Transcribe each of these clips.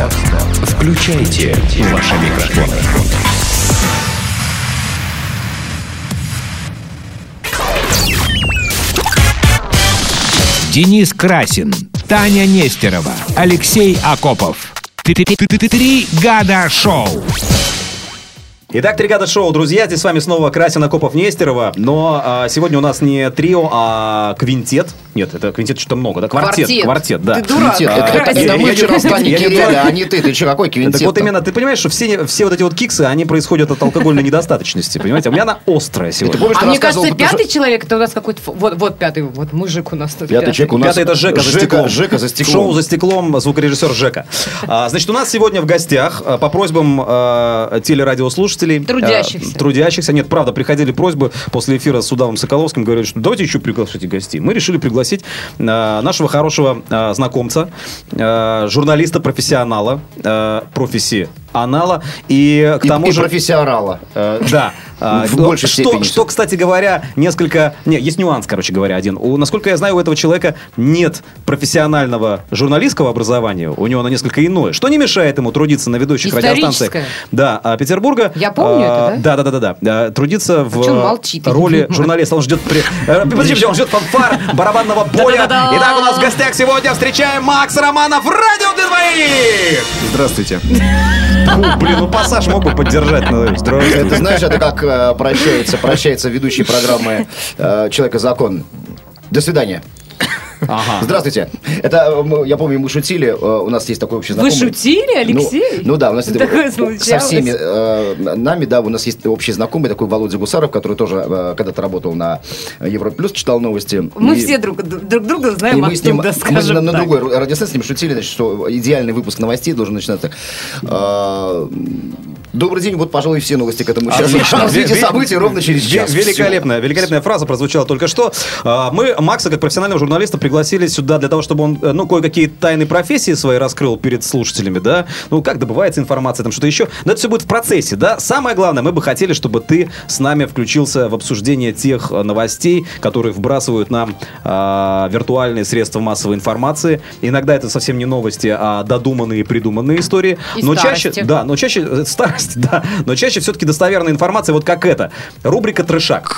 Включайте ваши микрофоны. Денис Красин, Таня Нестерова, Алексей Акопов. Три года шоу. Итак, «Три года шоу», друзья, здесь с вами снова Красин, Акопов, Нестерова. Но сегодня у нас не трио, а квинтет. Нет, это квинтет что-то много, да? Квартет, да. Ты дурак. Это мы вчера с Таней киряли, а не ты. Ты что, какой квинтет? Так вот именно, ты понимаешь, что все вот эти вот киксы, они происходят от алкогольной недостаточности, понимаете? А у меня она острая сегодня. А мне кажется, пятый человек, это у нас какой-то... Вот пятый, вот мужик у нас тут. Пятый человек у нас. Пятый — это Жека за стеклом. Жека за стеклом. Шоу «За стеклом», звукорежиссер Жека. Значит, у нас сегодня в гостях, по просьбам телерадиослушателей... Трудящихся. Нет, правда, приходили просьбы после эфира с Удавом Соколовским, говорили, что давайте еще приглашайте гостей. Мы решили пригласить нашего хорошего знакомца, журналиста-профессионала, и к тому же... профессионала. Да. В большей степени. Что, кстати говоря, несколько... Есть нюанс, короче говоря, один. Насколько я знаю, у этого человека нет профессионального журналистского образования. У него оно несколько иное. Что не мешает ему трудиться на ведущих радиостанциях Петербурга. Я помню это, да? Трудиться в молчит, роли журналиста. Он ждет... Подожди, он ждет фанфар, барабанного боя. Итак, у нас в гостях сегодня встречаем Макс Романов, радио для двоих! Здравствуйте. Пассаж мог бы поддержать. Это, знаешь, это как прощается ведущий программы «Человек и закон». До свидания. Ага. Здравствуйте. Это, я помню, мы шутили, у нас есть такой общий знакомый. Вы шутили, Алексей? Ну да, у нас такое со всеми нами, да, у нас есть общий знакомый, такой Володя Гусаров, который тоже когда-то работал на Европе Плюс, читал новости. Мы все друг друга знаем, мы с ним на другой радиостанции с ним шутили, значит, что идеальный выпуск новостей должен начинаться так. Добрый день, вот, пожалуй, все новости к этому часу. Развитие событий ровно через час. Великолепная фраза прозвучала только что. Мы Макса, как профессионального журналиста, пригласили сюда для того, чтобы он, кое-какие тайны профессии свои раскрыл перед слушателями, да? Как добывается информация, там что-то еще. Но это все будет в процессе, да? Самое главное, мы бы хотели, чтобы ты с нами включился в обсуждение тех новостей, которые вбрасывают нам виртуальные средства массовой информации. Иногда это совсем не новости, а додуманные и придуманные истории. Но чаще старость. Да, но чаще все-таки достоверная информация, вот как это. Рубрика «Трэшак».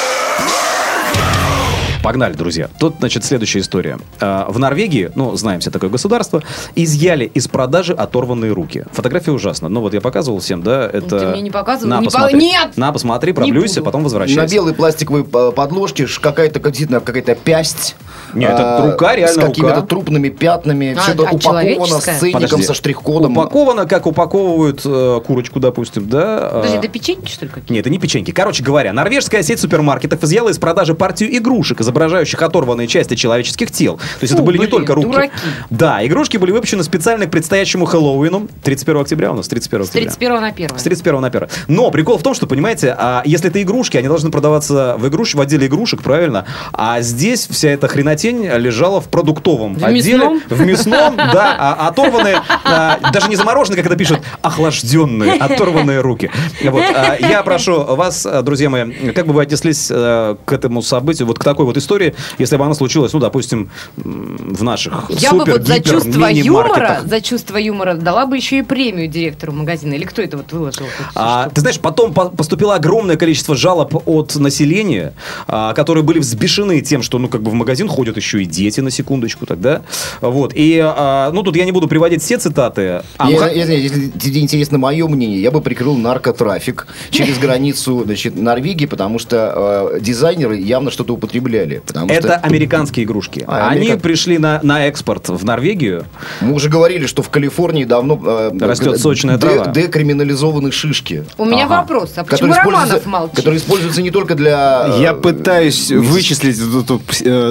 Погнали, друзья. Тут, значит, следующая история. В Норвегии, знаем все такое государство, изъяли из продажи оторванные руки. Фотография ужасна. Вот я показывал всем, да, это... Ты мне не показывал? Нет! На, посмотри, проблюйся, потом возвращайся. На белой пластиковой подложке какая-то пясть. Нет, это рука, реально рука. С какими-то трупными пятнами. Все это упаковано с ценником, со штрих-кодом. Упаковано, как упаковывают курочку, допустим, да. Подожди, это печеньки, что ли, какие-то? Нет, это не печеньки. Короче говоря, норвежская сеть супермаркетов изъяла из продажи партию игрушек, изображающих оторванные части человеческих тел. То есть это были не только руки. Дураки. Да, игрушки были выпущены специально к предстоящему Хэллоуину. 31 октября у нас, 31 октября. С 31 на 1. С 31 на 1. Но прикол в том, что, понимаете, если это игрушки, они должны продаваться в отделе игрушек, правильно? А здесь вся эта хренотень лежала в продуктовом отделе. В мясном, да, оторванные, даже не замороженные, как это пишут, охлажденные, оторванные руки. Вот. Я прошу вас, друзья мои, как бы вы отнеслись к этому событию, вот к такой вот истории, если бы она случилась, ну, допустим, в наших я бы вот за чувство юмора дала бы еще и премию директору магазина. Или кто это вот выложил? Ты знаешь, потом поступило огромное количество жалоб от населения, которые были взбешены тем, что, ну, как бы в магазин ходят еще и дети, на секундочку, тогда. Вот. И, ну, тут я не буду приводить все цитаты. Если тебе интересно мое мнение, я бы прикрыл наркотрафик через границу, значит, Норвегии, потому что дизайнеры явно что-то употребляли. Это американские игрушки. Они пришли на экспорт в Норвегию. Мы уже говорили, что в Калифорнии давно растет сочная трава. Декриминализованы шишки. У меня вопрос, а почему Романов молчит? Которые используются не только для... Я пытаюсь вычислить эту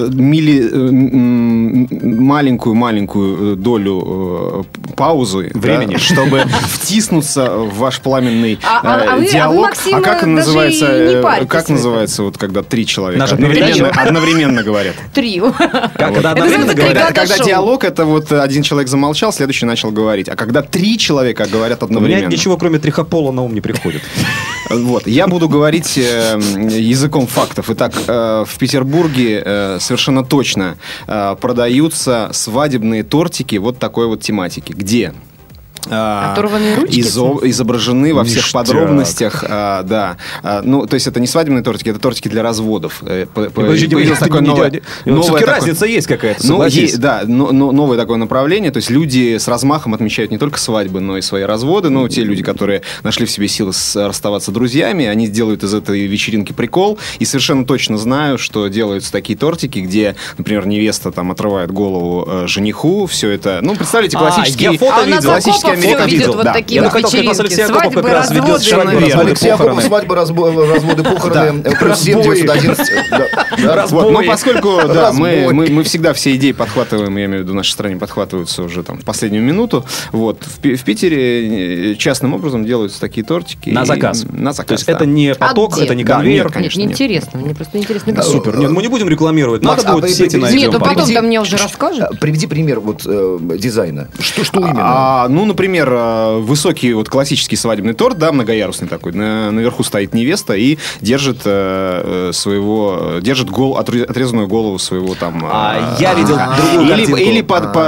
маленькую долю паузы времени, чтобы втиснуться в ваш пламенный диалог. А как называется? Как называется, вот когда три человека одновременно говорят? Трио. Когда одновременно говорят? Когда диалог, это вот один человек замолчал, следующий начал говорить. А когда три человека говорят одновременно. У меня ничего, кроме трихопола, на ум не приходит. Вот. Я буду говорить языком фактов. Итак, в Петербурге совершенно точно продаются свадебные тортики вот такой вот тематики. Где? Оторванные ручки? Изображены во всех подробностях. Да. Ну, то есть это не свадебные тортики, это тортики для разводов. Появилось такое новое... Все-таки разница есть какая-то, согласись. Да, новое такое направление. То есть люди с размахом отмечают не только свадьбы, но и свои разводы. Ну, те люди, которые нашли в себе силы расставаться с друзьями, они делают из этой вечеринки прикол. И совершенно точно знаю, что делаются такие тортики, где, например, невеста там отрывает голову жениху. Все это... Ну, представляете, классические... Я фото видел. Классические американские. Вот такие вот вечеринки. Свадьбы, разводы. Алексей Акопов, свадьбы, разводы, похороны. Плюс 7, 911. Ну, поскольку мы всегда все идеи подхватываем, я имею в виду, в нашей стране подхватываются уже там в последнюю минуту. Вот. В Питере частным образом делаются такие тортики. На заказ. На заказ, то есть это не поток, это не конвейер. Конечно, интересно. Мне просто интересно. Супер. Нет, мы не будем рекламировать. Надо будет в сети найдем. Нет, ну потом-то мне уже расскажут. Приведи пример вот дизайна. Что именно? Ну, например, высокий вот классический свадебный торт, да, многоярусный такой. Наверху стоит невеста и держит отрезанную голову своего там... Я видел другую картинку. Или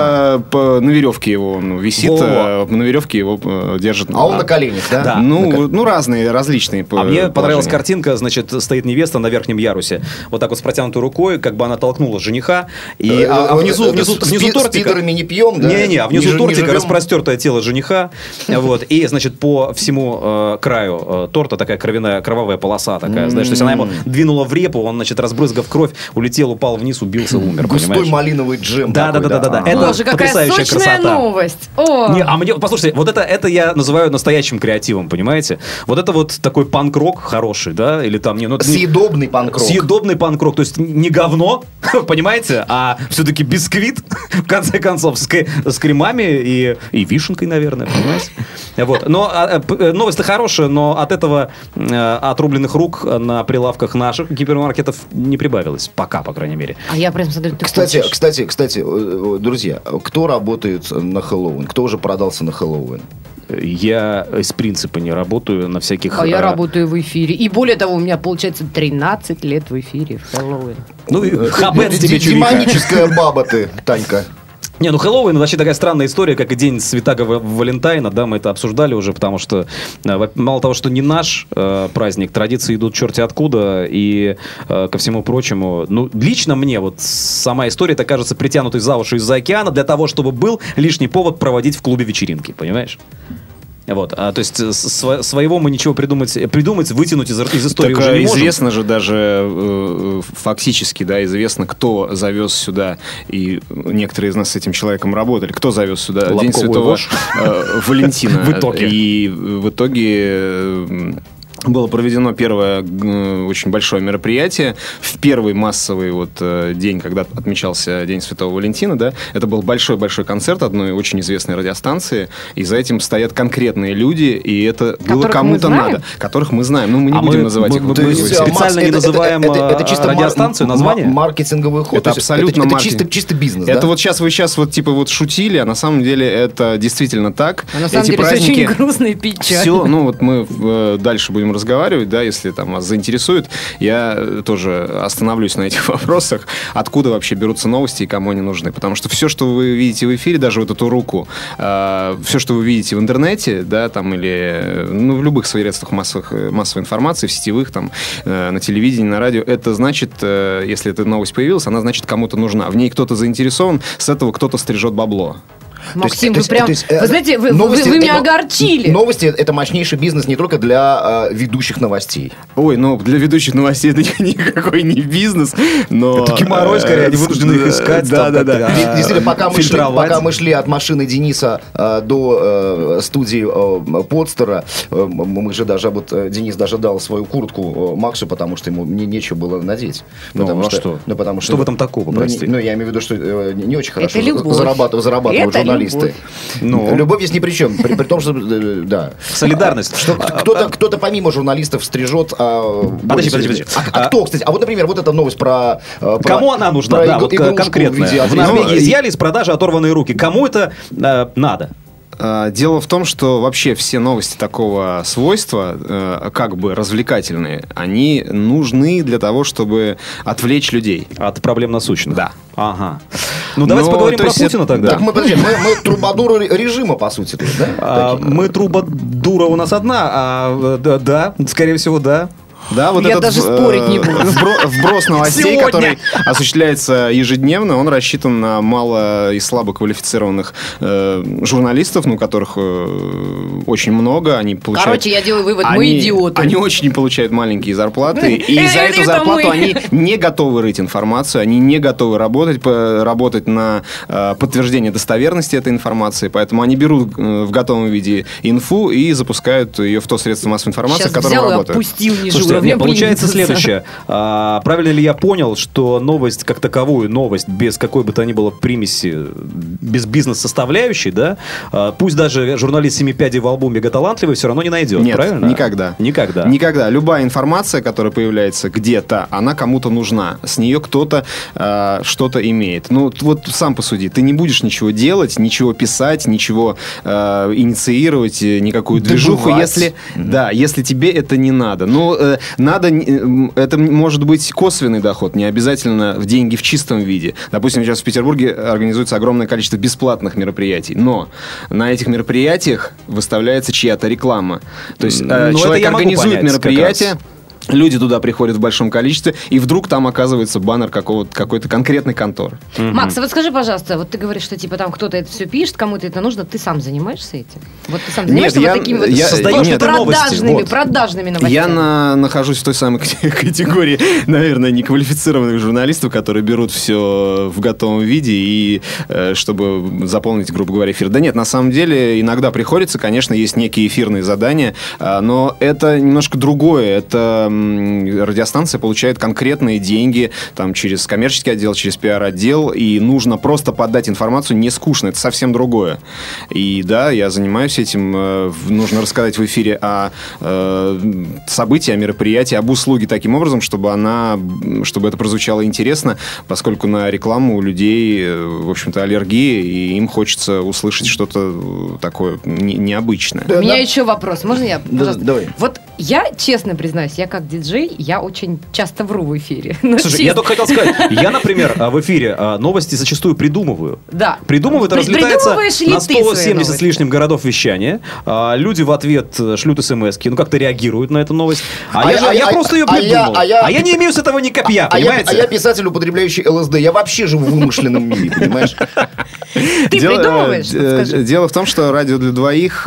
на веревке его висит, на веревке его держит. А он на коленях, да? Да. Ну, разные, различные. Мне понравилась картинка, значит, стоит невеста на верхнем ярусе, вот так вот с протянутой рукой, как бы она толкнула жениха, и внизу тортика... С пидорами не пьем, да? Не-не, а внизу тортика распростертое тело жениха, вот, и, значит, по всему краю торта такая кровавая полоса такая, знаешь, то есть она ему двинула в репу, он, значит, разбрызгав кровь, улетел, упал вниз, убился, умер, густой понимаешь? малиновый джем. Да. Это Боже, какая потрясающая сочная красота. новость. Послушайте, вот это я называю настоящим креативом, понимаете? Вот это вот такой панк-рок хороший, да? Или там... Съедобный панк-рок. Съедобный панк-рок, то есть не говно, понимаете, а все-таки бисквит, в конце концов, с кремами и вишенкой, наверное, понимаете? Вот. Но новость-то хорошая, но от этого отрубленных рук на прилавках наших гипермаркетов не прибавилось. Пока, по крайней мере. А я прям смотрю, ты Кстати, друзья, кто работает на Хэллоуин? Кто уже продался на Хэллоуин? Я из принципа не работаю на всяких... А я работаю в эфире. И более того, у меня получается 13 лет в эфире в Хэллоуин. Ну и хабет тебе, чувика. Демоническая баба ты, Танька. Не, ну Хэллоуин вообще такая странная история, как и День Святаго Валентайна, да, мы это обсуждали уже, потому что мало того, что не наш праздник, традиции идут черти откуда, и ко всему прочему, ну, лично мне вот сама история-то кажется притянутой за уши из-за океана для того, чтобы был лишний повод проводить в клубе вечеринки, понимаешь? Вот, то есть своего мы ничего придумать, вытянуть из истории так, уже не можем. Известно же даже фактически, да, известно, кто завез сюда, и некоторые из нас с этим человеком работали, кто завез сюда Лобковый День Святого Валентина. В итоге. И в итоге... было проведено первое очень большое мероприятие в первый массовый вот день, когда отмечался День Святого Валентина, да, это был большой-большой концерт одной очень известной радиостанции, и за этим стоят конкретные люди, и это было кому-то надо, которых мы знаем, но мы не будем называть их. Мы специально не называем радиостанцию, название? Маркетинговый ход. Это абсолютно это чисто бизнес, это да? вот сейчас вы вот типа вот шутили, а на самом деле это действительно так. А на самом деле это очень грустно и печально. Все, ну вот мы дальше будем разговаривать, да, если там вас заинтересует, я тоже остановлюсь на этих вопросах, откуда вообще берутся новости и кому они нужны. Потому что все, что вы видите в эфире, даже вот эту руку, все, что вы видите в интернете, да, там, или в любых средствах массовой информации, в сетевых, там, на телевидении, на радио, это значит, если эта новость появилась, она значит кому-то нужна. В ней кто-то заинтересован, с этого кто-то стрижет бабло. Максим, вы прям... Вы знаете, вы меня огорчили. Новости — это мощнейший бизнес не только для ведущих новостей. Ой, ну для ведущих новостей это никакой не бизнес, но... Это геморрой, скорее, они вынуждены их искать. Да. Действительно, пока мы шли от машины Дениса до студии Подстера, мы же даже, вот Денис даже дал свою куртку Максу, потому что ему нечего было надеть. Что в этом такого, прости? Ну, я имею в виду, что не очень хорошо зарабатывают журналисты. Любовь здесь ни при чем. При том, что, да. Солидарность. Кто-то помимо журналистов стрижет... Подожди. А кто, кстати? А вот, например, вот эта новость про... Кому она нужна? Да, вот конкретно. В Норвегии изъяли из продажи оторванные руки. Кому это надо? Дело в том, что вообще все новости такого свойства, как бы развлекательные, они нужны для того, чтобы отвлечь людей. От проблем насущных. Да. Ага. Ну, давайте поговорим про Путина тогда. Так, мы трубадуры режима, по сути. Да? Мы трубадура у нас одна, да, скорее всего, да. Да, вот я этот даже спорить не буду. Вброс новостей, Сегодня. который осуществляется ежедневно, он рассчитан на мало и слабо квалифицированных журналистов, которых очень много. Они получают, Короче, я делаю вывод, мы идиоты. Они очень получают маленькие зарплаты, и за эту зарплату они не готовы рыть информацию, они не готовы работать на подтверждение достоверности этой информации, поэтому они берут в готовом виде инфу и запускают ее в то средство массовой информации, в котором работают. Опустил Слушайте, получается следующее. Правильно ли я понял, что новость как таковую, новость без какой бы то ни было примеси, без бизнес-составляющей, да, пусть даже журналист «Семи пядей во лбу» мегаталантливый, все равно не найдет, нет, правильно? Никогда. Никогда. Любая информация, которая появляется где-то, она кому-то нужна. С нее кто-то что-то имеет. Ну, вот сам посуди. Ты не будешь ничего делать, ничего писать, ничего инициировать, никакую движуху, если тебе это не надо. Это может быть косвенный доход, не обязательно в деньги в чистом виде. Допустим, сейчас в Петербурге организуется огромное количество бесплатных мероприятий, но на этих мероприятиях выставляется чья-то реклама. То есть человек организует мероприятие, люди туда приходят в большом количестве, и вдруг там оказывается баннер какой-то конкретной конторы. Макс, а вот скажи, пожалуйста, вот ты говоришь, что типа там кто-то это все пишет, кому-то это нужно, ты сам занимаешься этим? Вот ты сам занимаешься такими продажными новостями? Я нахожусь в той самой категории, наверное, неквалифицированных журналистов, которые берут все в готовом виде, и чтобы заполнить, грубо говоря, эфир. Да нет, на самом деле иногда приходится, конечно, есть некие эфирные задания, но это немножко другое. Это радиостанция получает конкретные деньги там, через коммерческий отдел, через пиар-отдел, и нужно просто подать информацию не скучно, это совсем другое. И да, я занимаюсь этим, нужно рассказать в эфире о событии, о мероприятии, об услуге таким образом, чтобы это прозвучало интересно, поскольку на рекламу у людей, в общем-то, аллергия, и им хочется услышать что-то такое необычное. У меня еще вопрос, можно я, пожалуйста? Давай. Вот я, честно признаюсь, я как диджей, я очень часто вру в эфире. Слушай, я только хотел сказать, я, например, в эфире новости зачастую придумываю. Да. Придумываю, это разлетается на 170 с лишним городов вещания. Люди в ответ шлют смс-ки, как-то реагируют на эту новость. Я просто ее придумал. А я не имею с этого ни копья, понимаете? А я писатель, употребляющий ЛСД. Я вообще живу в вымышленном мире, понимаешь? Ты придумываешь? Дело в том, что «Радио для двоих»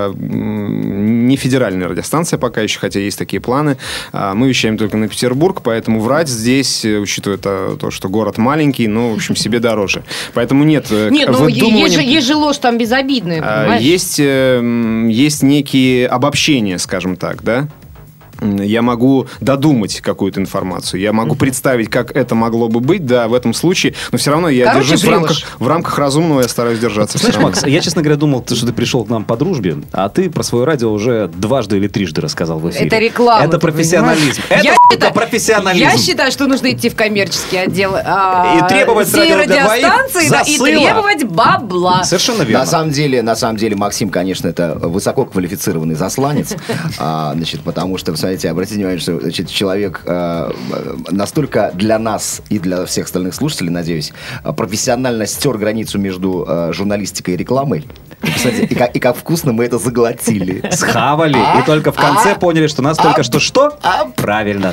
не федеральная радиостанция пока еще, хотя есть такие планы. Мы вещаем только на Петербург, поэтому врать здесь, учитывая то, что город маленький, в общем, себе дороже. Поэтому нет. Нет, есть же ложь там безобидная, понимаешь? Есть некие обобщения, скажем так, да? Я могу додумать какую-то информацию, я могу представить, как это могло бы быть, да, в этом случае, но все равно я держусь в рамках разумного, я стараюсь держаться. Знаешь, Макс, я, честно говоря, думал, что ты пришел к нам по дружбе, а ты про свое радио уже дважды или трижды рассказал в эфире. Это реклама. Это профессионализм. Это профессионализм. Я считаю, что нужно идти в коммерческий отдел и требовать всей радиостанции, и требовать бабла. Совершенно верно. На самом деле, Максим, конечно, это высококвалифицированный засланец, потому что, обратите внимание, что человек настолько для нас и для всех остальных слушателей, надеюсь, профессионально стер границу между журналистикой и рекламой. Кстати, и как вкусно мы это заглотили. Схавали, и только в конце поняли, что нас только что? Правильно.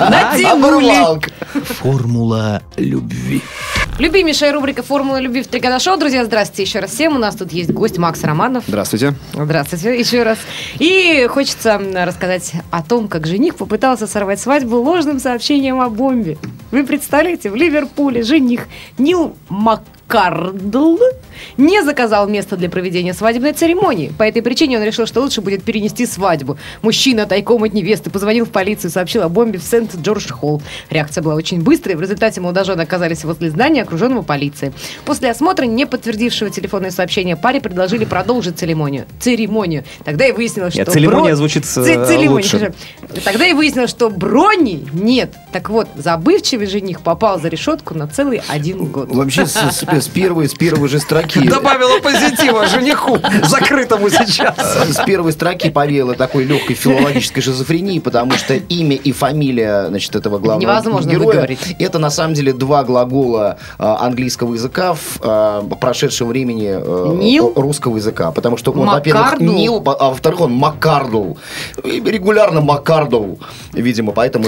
Формула любви. Любимейшая рубрика «Формула любви» в «Три года шоу». Друзья, здравствуйте еще раз всем. У нас тут есть гость Макс Романов. Здравствуйте. Здравствуйте еще раз. И хочется рассказать о том, как жених попытался сорвать свадьбу ложным сообщением о бомбе. Вы представляете, в Ливерпуле жених Нил Маккардл не заказал место для проведения свадебной церемонии. По этой причине он решил, что лучше будет перенести свадьбу. Мужчина тайком от невесты позвонил в полицию и сообщил о бомбе в Сент-Джордж-Холл. Реакция была очень быстрой. В результате молодожены оказались возле здания, окруженного полицией. После осмотра, не подтвердившего телефонное сообщение, паре предложили продолжить церемонию. Тогда и выяснилось, что... Церемония звучит лучше. Тогда и выяснилось, что брони нет. Так вот, забывчивый жених попал за решетку на целый 1 год. Вообще, с первой же строки строки... Добавила позитива жениху, закрытому сейчас. С первой строки повеяло такой легкой филологической шизофрении, потому что имя и фамилия, значит, этого главного невозможно героя, выговорить. это на самом деле два глагола английского языка в прошедшем времени русского языка. Потому что он, во-первых, Нил, а во-вторых, он Маккардл. Регулярно Маккардл, видимо, поэтому...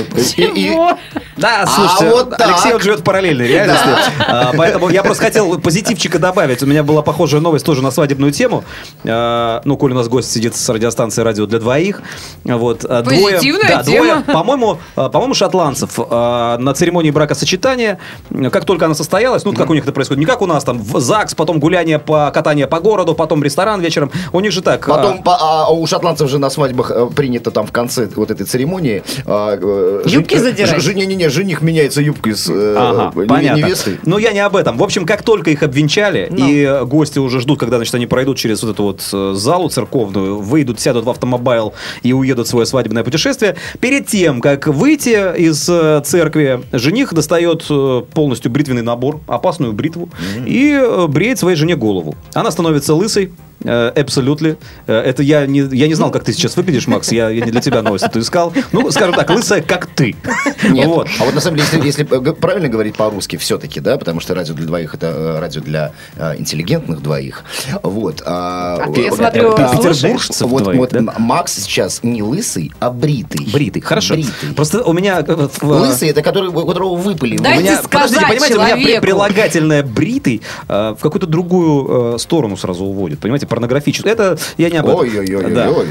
Да, слушайте, Алексей вот живет в параллельной реальности. Поэтому я просто хотел позитивчика добавить. У меня была похожая новость тоже на свадебную тему. Ну, коль у нас гость сидит с радиостанции «Радио для двоих». Вот, позитивная тема. По-моему, шотландцев на церемонии бракосочетания, как только она состоялась, ну, как у них это происходит, не как у нас там в ЗАГС, потом гуляние, катание по городу, потом ресторан вечером. У них же так. Потом, у шотландцев же на свадьбах принято там в конце вот этой церемонии юбки задирать. Не, жених меняется юбкой с невестой. Но я не об этом. В общем, как только их обвенчали, и гости уже ждут, когда, значит, они пройдут через вот эту вот залу церковную, выйдут, сядут в автомобиль и уедут в свое свадебное путешествие, перед тем, как выйти из церкви, жених достает полностью бритвенный набор, опасную бритву, и бреет своей жене голову. Она становится лысой. Абсолютно. Это я не знал, как ты сейчас выглядишь, Макс. Я не для тебя новость эту искал. Ну, скажем так, лысая, как ты. Нет. Вот. А вот на самом деле, если правильно говорить по-русски все-таки, да, потому что радио для двоих — это радио для интеллигентных двоих. Вот. Я смотрю, петербуржцев вот Макс сейчас не лысый, а бритый. Бритый, хорошо. Просто у меня... Лысый — это у которого выпали. Дайте сказать понимаете, у меня человеку. прилагательное бритый в какую-то другую сторону сразу уводит. Понимаете, порнографическую. Это я не об этом. Ой-ой-ой.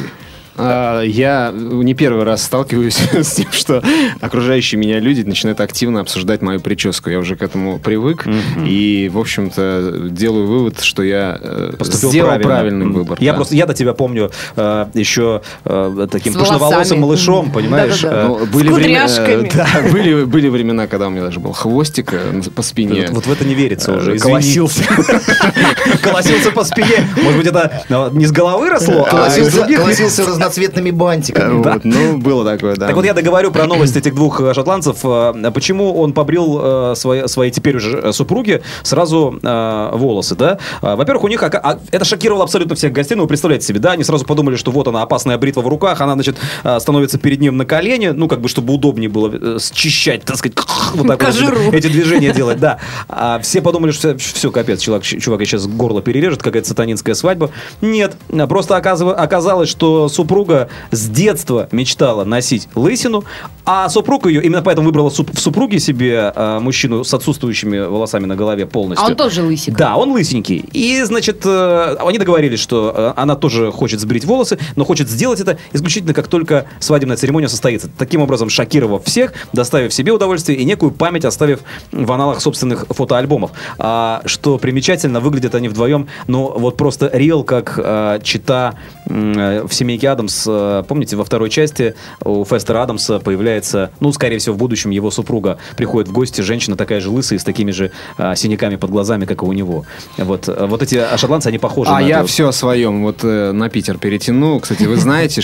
Я не первый раз сталкиваюсь с тем, что окружающие меня люди начинают активно обсуждать мою прическу. Я уже к этому привык. И, в общем-то, делаю вывод, что я сделал правильный выбор. Я до тебя помню еще таким пышноволосым малышом, понимаешь? С кудряшками. Да, были времена, когда у меня даже был хвостик по спине. Вот в это не верится уже. Колосился. Колосился по спине. Может быть, это не с головы росло, а из других. Колосился разноцветными бантиками. Да. Ну, было такое, да. Так вот, я договорю про новость этих двух шотландцев. Почему он побрил своей теперь уже супруге сразу волосы, да? Во-первых, у них это шокировало абсолютно всех гостей. Ну, вы представляете себе, да? Они сразу подумали, что вот она, опасная бритва в руках. Она, значит, становится перед ним на колени. Ну, как бы, чтобы удобнее было счищать, так сказать, вот так вот эти движения делать, да. Все подумали, что все, капец, чувак сейчас горло перережет, какая-то сатанинская свадьба. Нет, просто оказалось, что супруга с детства мечтала носить лысину, а супруг ее, именно поэтому выбрала в супруге себе мужчину с отсутствующими волосами на голове полностью. А он тоже лысенький. Да, он лысенький. И, значит, они договорились, что она тоже хочет сбрить волосы, но хочет сделать это исключительно, как только свадебная церемония состоится. Таким образом, шокировав всех, доставив себе удовольствие и некую память оставив в аналах собственных фотоальбомов. Что примечательно, выглядят они вдвоем, ну, вот просто реал, как чита в «Семейке Адамс». Помните, во второй части у Фестера Адамса появляется, ну, скорее всего, в будущем его супруга приходит в гости, женщина такая же лысая, с такими же синяками под глазами, как и у него. Вот эти шотландцы, они похожи на я это. все о своем. Вот на Питер перетяну. Кстати, вы знаете,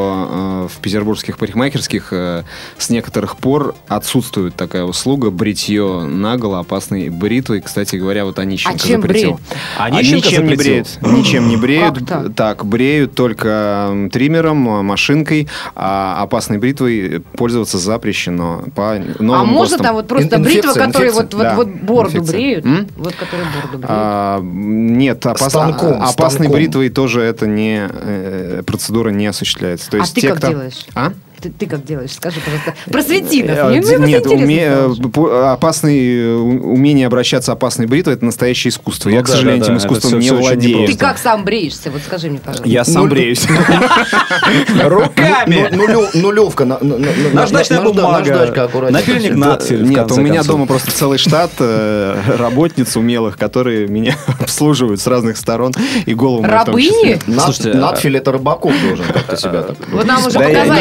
что в петербургских парикмахерских с некоторых пор отсутствует такая услуга бритье наголо опасной бритвой. Кстати говоря, вот Онищенко запретил. Онищенко не бреют. Ничем не бреют. Как-то? Так, бреют только триммером, машинкой, а опасной бритвой пользоваться запрещено по новым А может ГОСТам. там вот просто бритва, которая вот бороду инфекция. бреют? Вот которая бороду бреют. Нет, Станком, опасной станком. бритвой тоже это процедура не осуществляется. То А есть ты те, как кто... делаешь? А? Ты как делаешь? Скажи, пожалуйста. Просвети нас. Нет, умение обращаться опасной бритвой — это настоящее искусство. Я, к сожалению, этим искусством не владею. Ты как сам бреешься? Вот скажи мне, пожалуйста. Я сам бреюсь. Руками! Нулевка. Наждачная бумага. Напильник надфиль. Нет, у меня дома просто целый штат работниц умелых, которые меня обслуживают с разных сторон и голову мою в том числе. Рабыни? Надфиль — это Рыбаков должен как-то себя так. Вот нам уже Да, показали нет, эти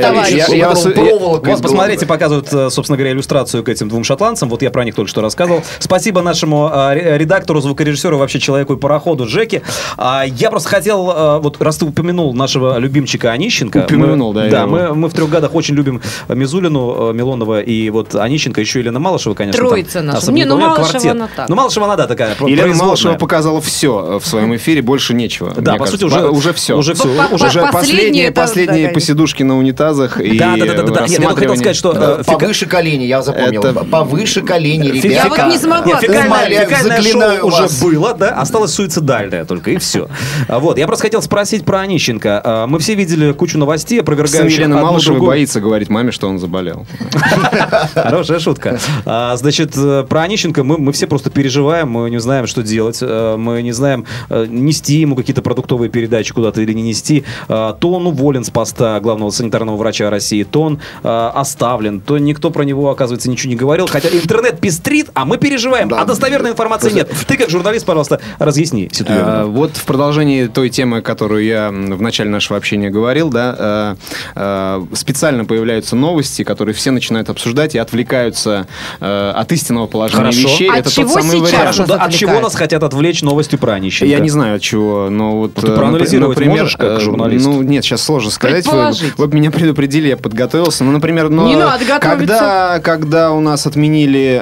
Вот посмотрите, показывают, собственно говоря, иллюстрацию к этим двум шотландцам. Вот я про них только что рассказывал. Спасибо нашему редактору, звукорежиссеру, вообще человеку и пароходу Джеки. Я просто хотел, вот раз ты упомянул нашего любимчика Онищенко. Упомянул, да. Да, мы в «Трех годах» очень любим Мизулину, Милонова и вот Онищенко, еще Елена Малышева, конечно. Троица наша. Не, ну Малышева она так. Ну Малышева она, да, такая. Елена Малышева показала все в своем эфире, больше нечего. Да, по сути, уже все. Уже последние посидушки на унитазах. Да. Я хотел сказать, что... Повыше колени, я запомнил. Повыше колени, ребята. Я вот не смогла. Фекальное шоу уже было, да, осталось суицидальное только, и все. Вот, я просто хотел спросить про Онищенко. Мы все видели кучу новостей, опровергающих Елена одну Малышева другую. боится говорить маме, что он заболел. Хорошая шутка. Значит, про Онищенко мы все просто переживаем, мы не знаем, что делать, мы не знаем, нести ему какие-то продуктовые передачи куда-то или не нести. То он уволен с поста главного санитарного врача России, то он оставлен, то никто про него, оказывается, ничего не говорил. Хотя интернет пестрит, а мы переживаем, а достоверной информации нет. Ты как журналист, пожалуйста, разъясни ситуацию. Вот в продолжении той темы, которую я в начале нашего общения говорил, да, специально появляются новости, которые все начинают обсуждать и отвлекаются от истинного положения вещей. От это чего тот самый сейчас вариант. От чего нас хотят отвлечь новостью про Онищенко? Я не знаю, от чего, но вот... Ты проанализировать можешь, как журналист? Ну, нет, сейчас сложно сказать. Вы меня предупредили, я подготовился. Ну, например, не надо готовиться. Когда у нас изменили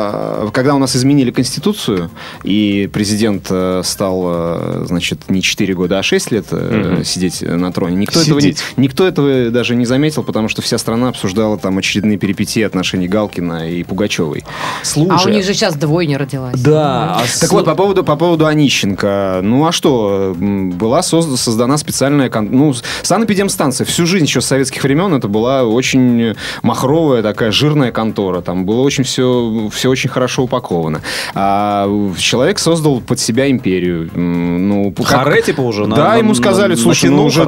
Конституцию, и президент стал, значит, не 4 года, а 6 лет сидеть на троне, никто этого даже не заметил, потому что вся страна обсуждала там очередные перипетии отношений Галкина и Пугачевой. Слушай, а у них же сейчас двойня родилась. Да. Так вот, по поводу Онищенко. Ну, а что? Была создана специальная... санэпидемстанция. Всю жизнь еще с советских времен это была очень махровая такая жирная контора. Там было очень все очень хорошо упаковано. А человек создал под себя империю. Харе, типа, уже? Да, ему сказали, слушай, уже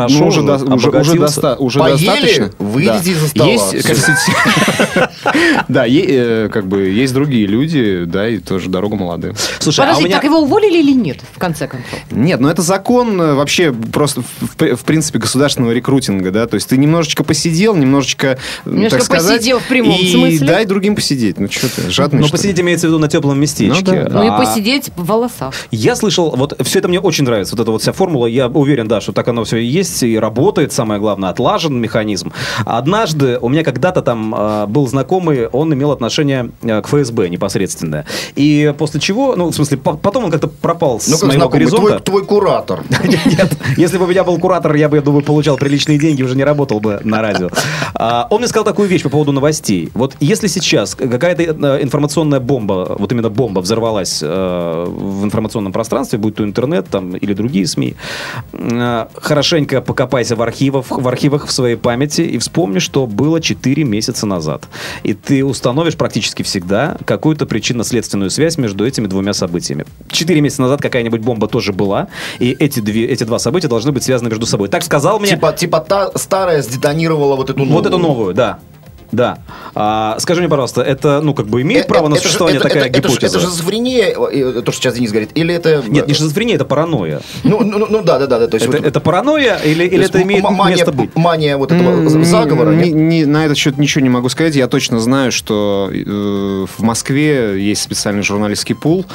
достаточно. Выйдите из-за стола. Да, как бы есть другие люди, да, и тоже дорога молодым. Слушай, подожди, так его уволили или нет, в конце концов? Нет, это закон вообще просто, в принципе, государственного рекрутинга, да, то есть ты немножечко посидел, немножечко так сказать, посидел в прямом смысле. И дай другим посидеть. Ну, что ты, жадный, что посидеть имеется в виду на теплом местечке. Ну, и посидеть в волосах. Я слышал, вот все это мне очень нравится, вот эта вот вся формула, я уверен, да, что так оно все и есть, и работает, самое главное, отлажен механизм. Однажды у меня когда-то там был знакомый, он имел отношение к ФСБ непосредственно. И после чего, в смысле, потом он как-то пропал с моего горизонта. Твой куратор. Нет, если бы у меня был куратор, я думаю, получал приличные деньги, уже не работал бы на радио. Он мне сказал такую вещь по поводу новостей. Вот если сейчас какая-то информационная бомба, вот именно бомба взорвалась в информационном пространстве, будь то интернет там, или другие СМИ, хорошенько покопайся в архивах в своей памяти и вспомни, что было 4 месяца назад. И ты установишь практически всегда какую-то причинно-следственную связь между этими двумя событиями. 4 месяца назад какая-нибудь бомба тоже была, и эти два события должны быть связаны между собой. Так сказал мне... Типа та старая сдетонировала вот эту новую. Вот эту новую, да. Да. Скажи мне, пожалуйста, это, имеет право на существование такая гипотеза? Это шизофрения, то, что сейчас Денис говорит, или это... Нет, не шизофрения, это паранойя. Да. То есть это паранойя или это имеет место быть? Мания вот этого заговора? На этот счет ничего не могу сказать. Я точно знаю, что в Москве есть специальный журналистский пул.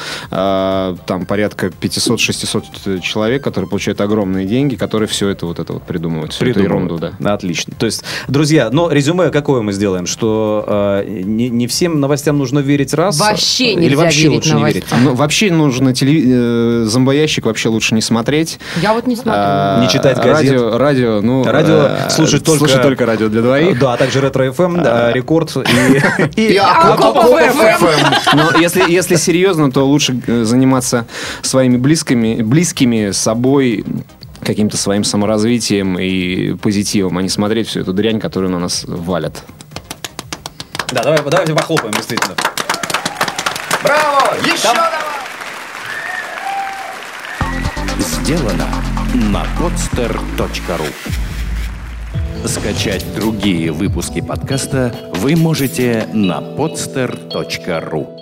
Там порядка 500-600 человек, которые получают огромные деньги, которые все это придумывают. Всю эту ерунду, да. Отлично. То есть, друзья, резюме какое мы сделаем? Что не всем новостям нужно верить раз? Вообще или нельзя вообще верить лучше не верить? Вообще нужно зомбоящик вообще лучше не смотреть. Я вот не смотрю. Не читать газет. Радио слушать только радио для двоих. Да, а также Ретро-ФМ, Рекорд и Акопов-ФМ. Но если серьезно, то лучше заниматься своими близкими, собой, каким-то своим саморазвитием и позитивом, а не смотреть всю эту дрянь, которую на нас валят. Да, давайте похлопаем, действительно. Браво! Еще давай! Сделано на podster.ru. Скачать другие выпуски подкаста вы можете на podster.ru.